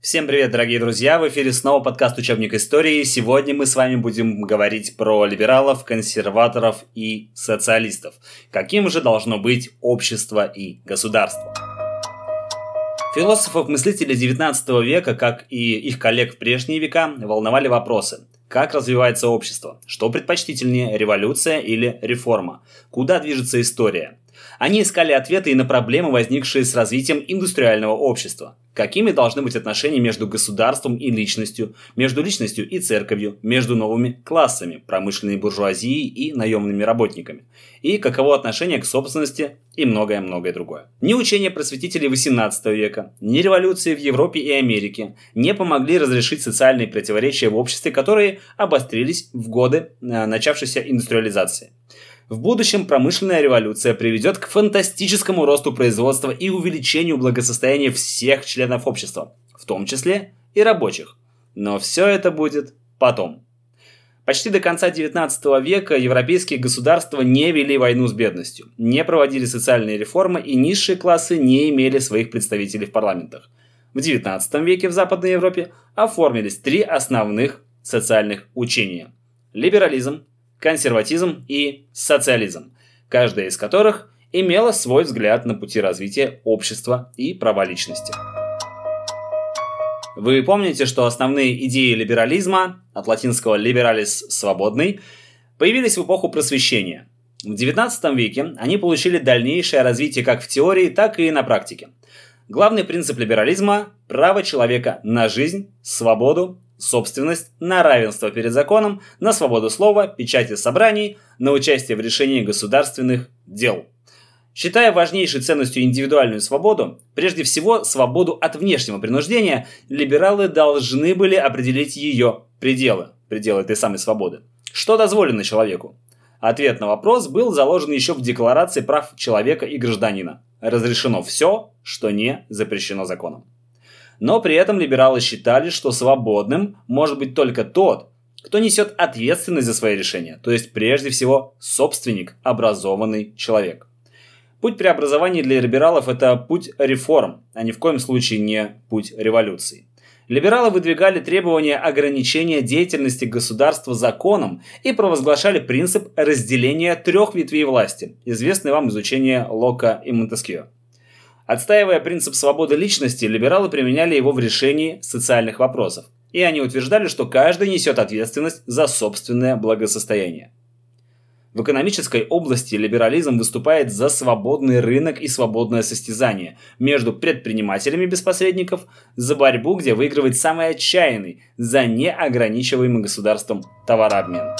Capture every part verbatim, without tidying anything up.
Всем привет, дорогие друзья! В эфире снова подкаст «Учебник истории». Сегодня мы с вами будем говорить про либералов, консерваторов и социалистов. Каким же должно быть общество и государство? Философов-мыслителей девятнадцатого века, как и их коллег в прежние века, волновали вопросы. Как развивается общество? Что предпочтительнее, революция или реформа? Куда движется история? Они искали ответы и на проблемы, возникшие с развитием индустриального общества. Какими должны быть отношения между государством и личностью, между личностью и церковью, между новыми классами, промышленной буржуазией и наемными работниками? И каково отношение к собственности и многое-многое другое. Ни учения просветителей восемнадцатого века, ни революции в Европе и Америке не помогли разрешить социальные противоречия в обществе, которые обострились в годы начавшейся индустриализации. В будущем промышленная революция приведет к фантастическому росту производства и увеличению благосостояния всех членов общества, в том числе и рабочих. Но все это будет потом. Почти до конца девятнадцатого века европейские государства не вели войну с бедностью, не проводили социальные реформы и низшие классы не имели своих представителей в парламентах. В девятнадцатом веке в Западной Европе оформились три основных социальных учения – либерализм, консерватизм и социализм, каждая из которых имела свой взгляд на пути развития общества и права личности. Вы помните, что основные идеи либерализма, от латинского liberalis – свободный, появились в эпоху Просвещения. В девятнадцатом веке они получили дальнейшее развитие как в теории, так и на практике. Главный принцип либерализма – право человека на жизнь, свободу, собственность, на равенство перед законом, на свободу слова, печати собраний, на участие в решении государственных дел. Считая важнейшей ценностью индивидуальную свободу, прежде всего свободу от внешнего принуждения, либералы должны были определить ее пределы, пределы этой самой свободы. Что дозволено человеку? Ответ на вопрос был заложен еще в Декларации прав человека и гражданина. Разрешено все, что не запрещено законом. Но при этом либералы считали, что свободным может быть только тот, кто несет ответственность за свои решения, то есть прежде всего собственник, образованный человек. Путь преобразований для либералов – это путь реформ, а ни в коем случае не путь революции. Либералы выдвигали требования ограничения деятельности государства законом и провозглашали принцип разделения трех ветвей власти, известный вам из учения Лока и Монтескьё. Отстаивая принцип свободы личности, либералы применяли его в решении социальных вопросов. И они утверждали, что каждый несет ответственность за собственное благосостояние. В экономической области либерализм выступает за свободный рынок и свободное состязание между предпринимателями без посредников, за борьбу, где выигрывает самый отчаянный, за неограничиваемый государством товарообмен.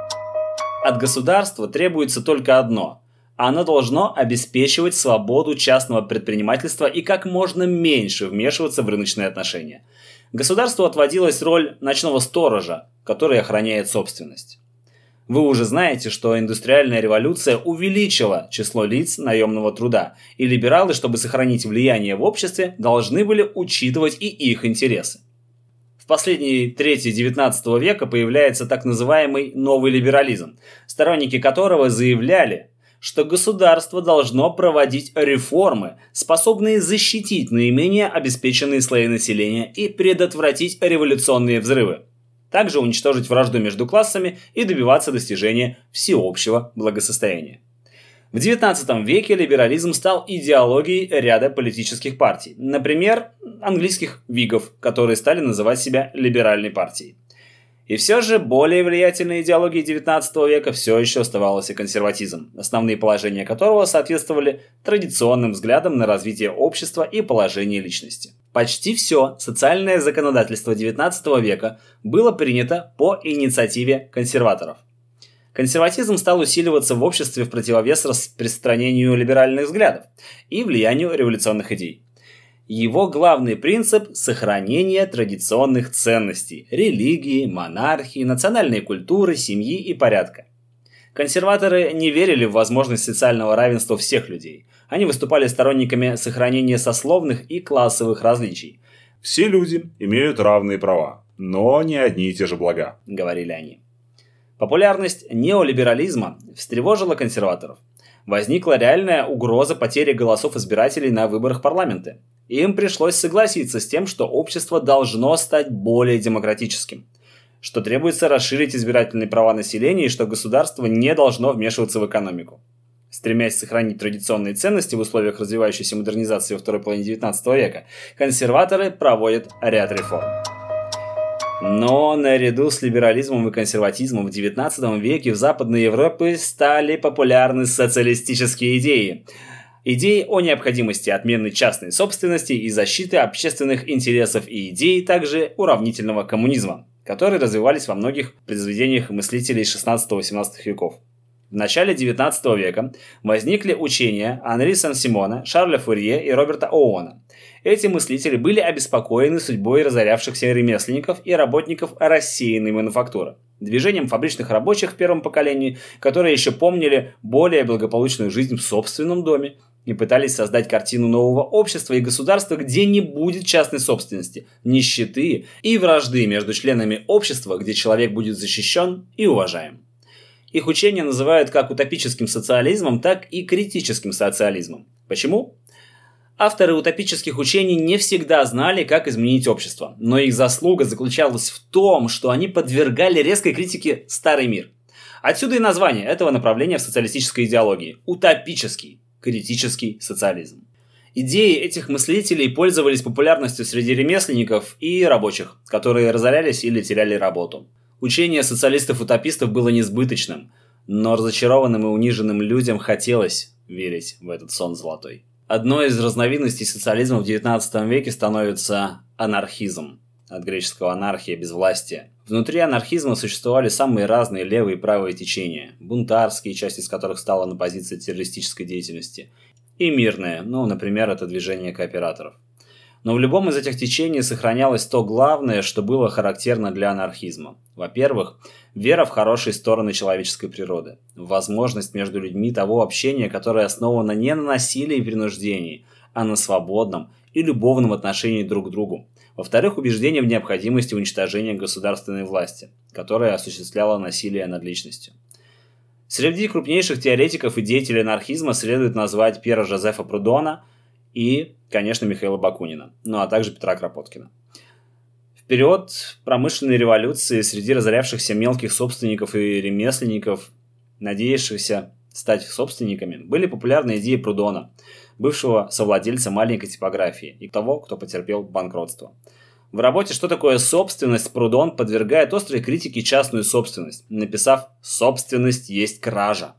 От государства требуется только одно – оно должно обеспечивать свободу частного предпринимательства и как можно меньше вмешиваться в рыночные отношения. Государству отводилась роль ночного сторожа, который охраняет собственность. Вы уже знаете, что индустриальная революция увеличила число лиц наемного труда, и либералы, чтобы сохранить влияние в обществе, должны были учитывать и их интересы. В последней трети девятнадцатого века появляется так называемый новый либерализм, сторонники которого заявляли, что государство должно проводить реформы, способные защитить наименее обеспеченные слои населения и предотвратить революционные взрывы. Также уничтожить вражду между классами и добиваться достижения всеобщего благосостояния. В девятнадцатом веке либерализм стал идеологией ряда политических партий, например, английских вигов, которые стали называть себя либеральной партией. И все же более влиятельной идеологией девятнадцатого века все еще оставался консерватизм, основные положения которого соответствовали традиционным взглядам на развитие общества и положение личности. Почти все социальное законодательство девятнадцатого века было принято по инициативе консерваторов. Консерватизм стал усиливаться в обществе в противовес распространению либеральных взглядов и влиянию революционных идей. Его главный принцип – сохранение традиционных ценностей – религии, монархии, национальной культуры, семьи и порядка. Консерваторы не верили в возможность социального равенства всех людей. Они выступали сторонниками сохранения сословных и классовых различий. «Все люди имеют равные права, но не одни и те же блага», – говорили они. Популярность неолиберализма встревожила консерваторов. Возникла реальная угроза потери голосов избирателей на выборах парламента. Им пришлось согласиться с тем, что общество должно стать более демократическим, что требуется расширить избирательные права населения и что государство не должно вмешиваться в экономику. Стремясь сохранить традиционные ценности в условиях развивающейся модернизации во второй половине девятнадцатого века, консерваторы проводят ряд реформ. Но наряду с либерализмом и консерватизмом в девятнадцатом веке в Западной Европе стали популярны социалистические идеи. Идеи о необходимости отмены частной собственности и защиты общественных интересов и идеи также уравнительного коммунизма, которые развивались во многих произведениях мыслителей шестнадцатого-семнадцатого веков. В начале девятнадцатого века возникли учения Анри Сен-Симона, Шарля Фурье и Роберта Оуэна. Эти мыслители были обеспокоены судьбой разорявшихся ремесленников и работников рассеянной мануфактуры, движением фабричных рабочих в первом поколении, которые еще помнили более благополучную жизнь в собственном доме и пытались создать картину нового общества и государства, где не будет частной собственности, нищеты и вражды между членами общества, где человек будет защищен и уважаем. Их учения называют как утопическим социализмом, так и критическим социализмом. Почему? Авторы утопических учений не всегда знали, как изменить общество, но их заслуга заключалась в том, что они подвергали резкой критике старый мир. Отсюда и название этого направления в социалистической идеологии – утопический, критический социализм. Идеи этих мыслителей пользовались популярностью среди ремесленников и рабочих, которые разорялись или теряли работу. Учение социалистов-утопистов было несбыточным, но разочарованным и униженным людям хотелось верить в этот сон золотой. Одной из разновидностей социализма в девятнадцатом веке становится анархизм, от греческого анархия – безвластие. Внутри анархизма существовали самые разные левые и правые течения, бунтарские, часть из которых стала на позиции террористической деятельности, и мирные, ну, например, это движение кооператоров. Но в любом из этих течений сохранялось то главное, что было характерно для анархизма. Во-первых, вера в хорошие стороны человеческой природы, возможность между людьми того общения, которое основано не на насилии и принуждении, а на свободном и любовном отношении друг к другу. Во-вторых, убеждение в необходимости уничтожения государственной власти, которая осуществляла насилие над личностью. Среди крупнейших теоретиков и деятелей анархизма следует назвать Пьера Жозефа Прудона и, конечно, Михаила Бакунина, ну а также Петра Кропоткина. В период промышленной революции среди разорявшихся мелких собственников и ремесленников, надеявшихся стать собственниками, были популярны идеи Прудона, бывшего совладельца маленькой типографии, и того, кто потерпел банкротство. В работе «Что такое собственность» Прудон подвергает острой критике частную собственность, написав «собственность есть кража».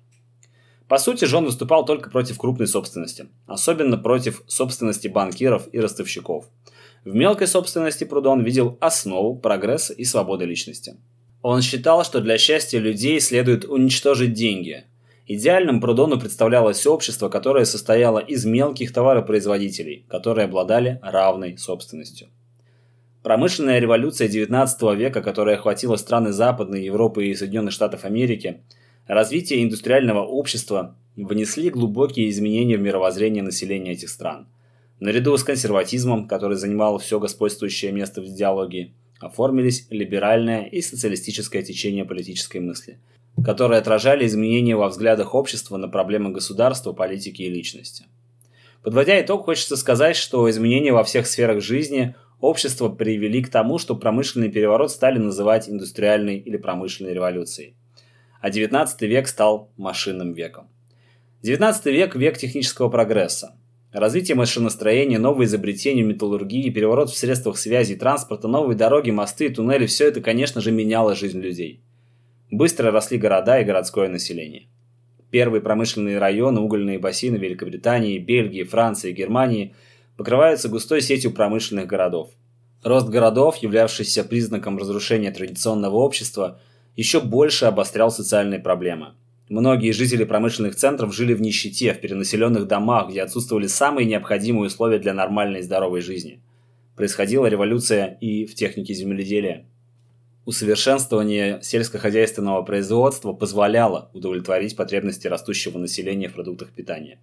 По сути же он выступал только против крупной собственности, особенно против собственности банкиров и ростовщиков. В мелкой собственности Прудон видел основу прогресса и свободы личности. Он считал, что для счастья людей следует уничтожить деньги. Идеальным Прудону представлялось общество, которое состояло из мелких товаропроизводителей, которые обладали равной собственностью. Промышленная революция девятнадцатого века, которая охватила страны Западной Европы и Соединенных Штатов Америки, развитие индустриального общества внесли глубокие изменения в мировоззрение населения этих стран. Наряду с консерватизмом, который занимал все господствующее место в идеологии, оформились либеральное и социалистическое течение политической мысли, которые отражали изменения во взглядах общества на проблемы государства, политики и личности. Подводя итог, хочется сказать, что изменения во всех сферах жизни общества привели к тому, что промышленный переворот стали называть индустриальной или промышленной революцией. А девятнадцатый век стал машинным веком. девятнадцатый век – век технического прогресса. Развитие машиностроения, новые изобретения в металлургии, переворот в средствах связи и транспорта, новые дороги, мосты, туннели – все это, конечно же, меняло жизнь людей. Быстро росли города и городское население. Первые промышленные районы, угольные бассейны Великобритании, Бельгии, Франции и Германии покрываются густой сетью промышленных городов. Рост городов, являвшийся признаком разрушения традиционного общества, еще больше обострял социальные проблемы. Многие жители промышленных центров жили в нищете, в перенаселенных домах, где отсутствовали самые необходимые условия для нормальной и здоровой жизни. Происходила революция и в технике земледелия. Усовершенствование сельскохозяйственного производства позволяло удовлетворить потребности растущего населения в продуктах питания.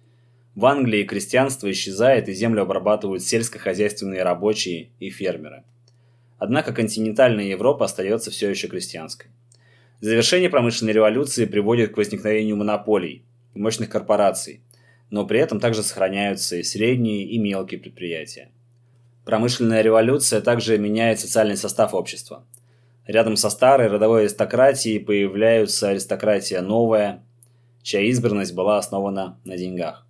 В Англии крестьянство исчезает, и землю обрабатывают сельскохозяйственные рабочие и фермеры. Однако континентальная Европа остается все еще крестьянской. Завершение промышленной революции приводит к возникновению монополий, мощных корпораций. но при этом также сохраняются и средние, и мелкие предприятия. Промышленная революция также меняет социальный состав общества. Рядом со старой родовой аристократией появляется аристократия новая, чья избранность была основана на деньгах.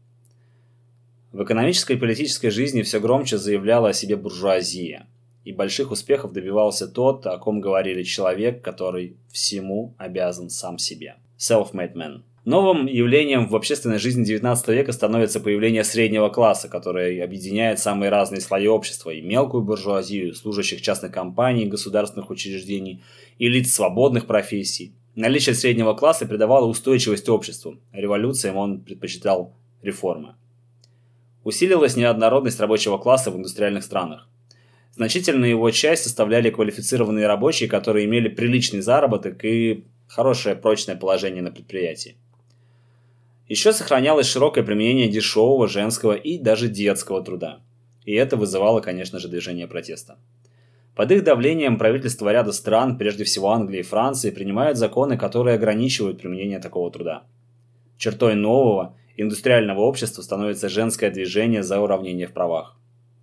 В экономической и политической жизни все громче заявляла о себе буржуазия, и больших успехов добивался тот, о ком говорили человек, который всему обязан сам себе. Self-made man. Новым явлением в общественной жизни девятнадцатого века становится появление среднего класса, которое объединяет самые разные слои общества, и мелкую буржуазию, служащих частных компаний, государственных учреждений и лиц свободных профессий. Наличие среднего класса придавало устойчивость обществу, а революциям он предпочитал реформы. Усилилась неоднородность рабочего класса в индустриальных странах. Значительную его часть составляли квалифицированные рабочие, которые имели приличный заработок и хорошее прочное положение на предприятии. Еще сохранялось широкое применение дешевого, женского и даже детского труда. И это вызывало, конечно же, движение протеста. Под их давлением правительства ряда стран, прежде всего Англии и Франции, принимают законы, которые ограничивают применение такого труда. Чертой нового индустриального общества становится женское движение за уравнение в правах.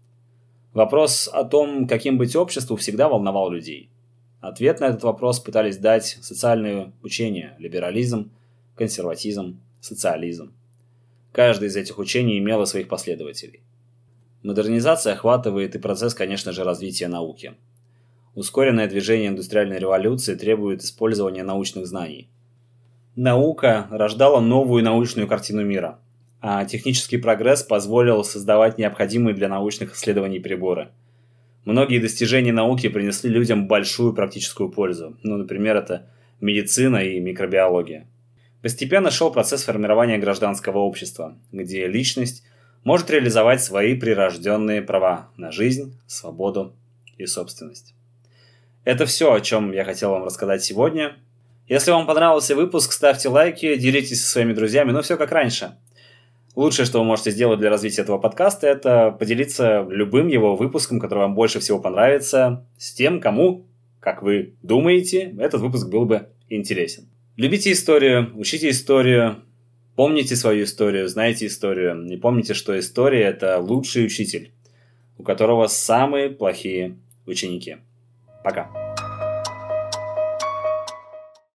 Вопрос о том, каким быть обществу, всегда волновал людей. Ответ на этот вопрос пытались дать социальные учения – либерализм, консерватизм, социализм. Каждое из этих учений имело своих последователей. Модернизация охватывает и процесс, конечно же, развития науки. Ускоренное движение индустриальной революции требует использования научных знаний. Наука рождала новую научную картину мира, а технический прогресс позволил создавать необходимые для научных исследований приборы. Многие достижения науки принесли людям большую практическую пользу. Ну, например, это медицина и микробиология. Постепенно шел процесс формирования гражданского общества, где личность может реализовать свои прирожденные права на жизнь, свободу и собственность. Это все, о чем я хотел вам рассказать сегодня. Если вам понравился выпуск, ставьте лайки, делитесь со своими друзьями, но все как раньше. Лучшее, что вы можете сделать для развития этого подкаста, это поделиться любым его выпуском, который вам больше всего понравится, с тем, кому, как вы думаете, этот выпуск был бы интересен. Любите историю, учите историю, помните свою историю, знайте историю. И помните, что история – это лучший учитель, у которого самые плохие ученики. Пока.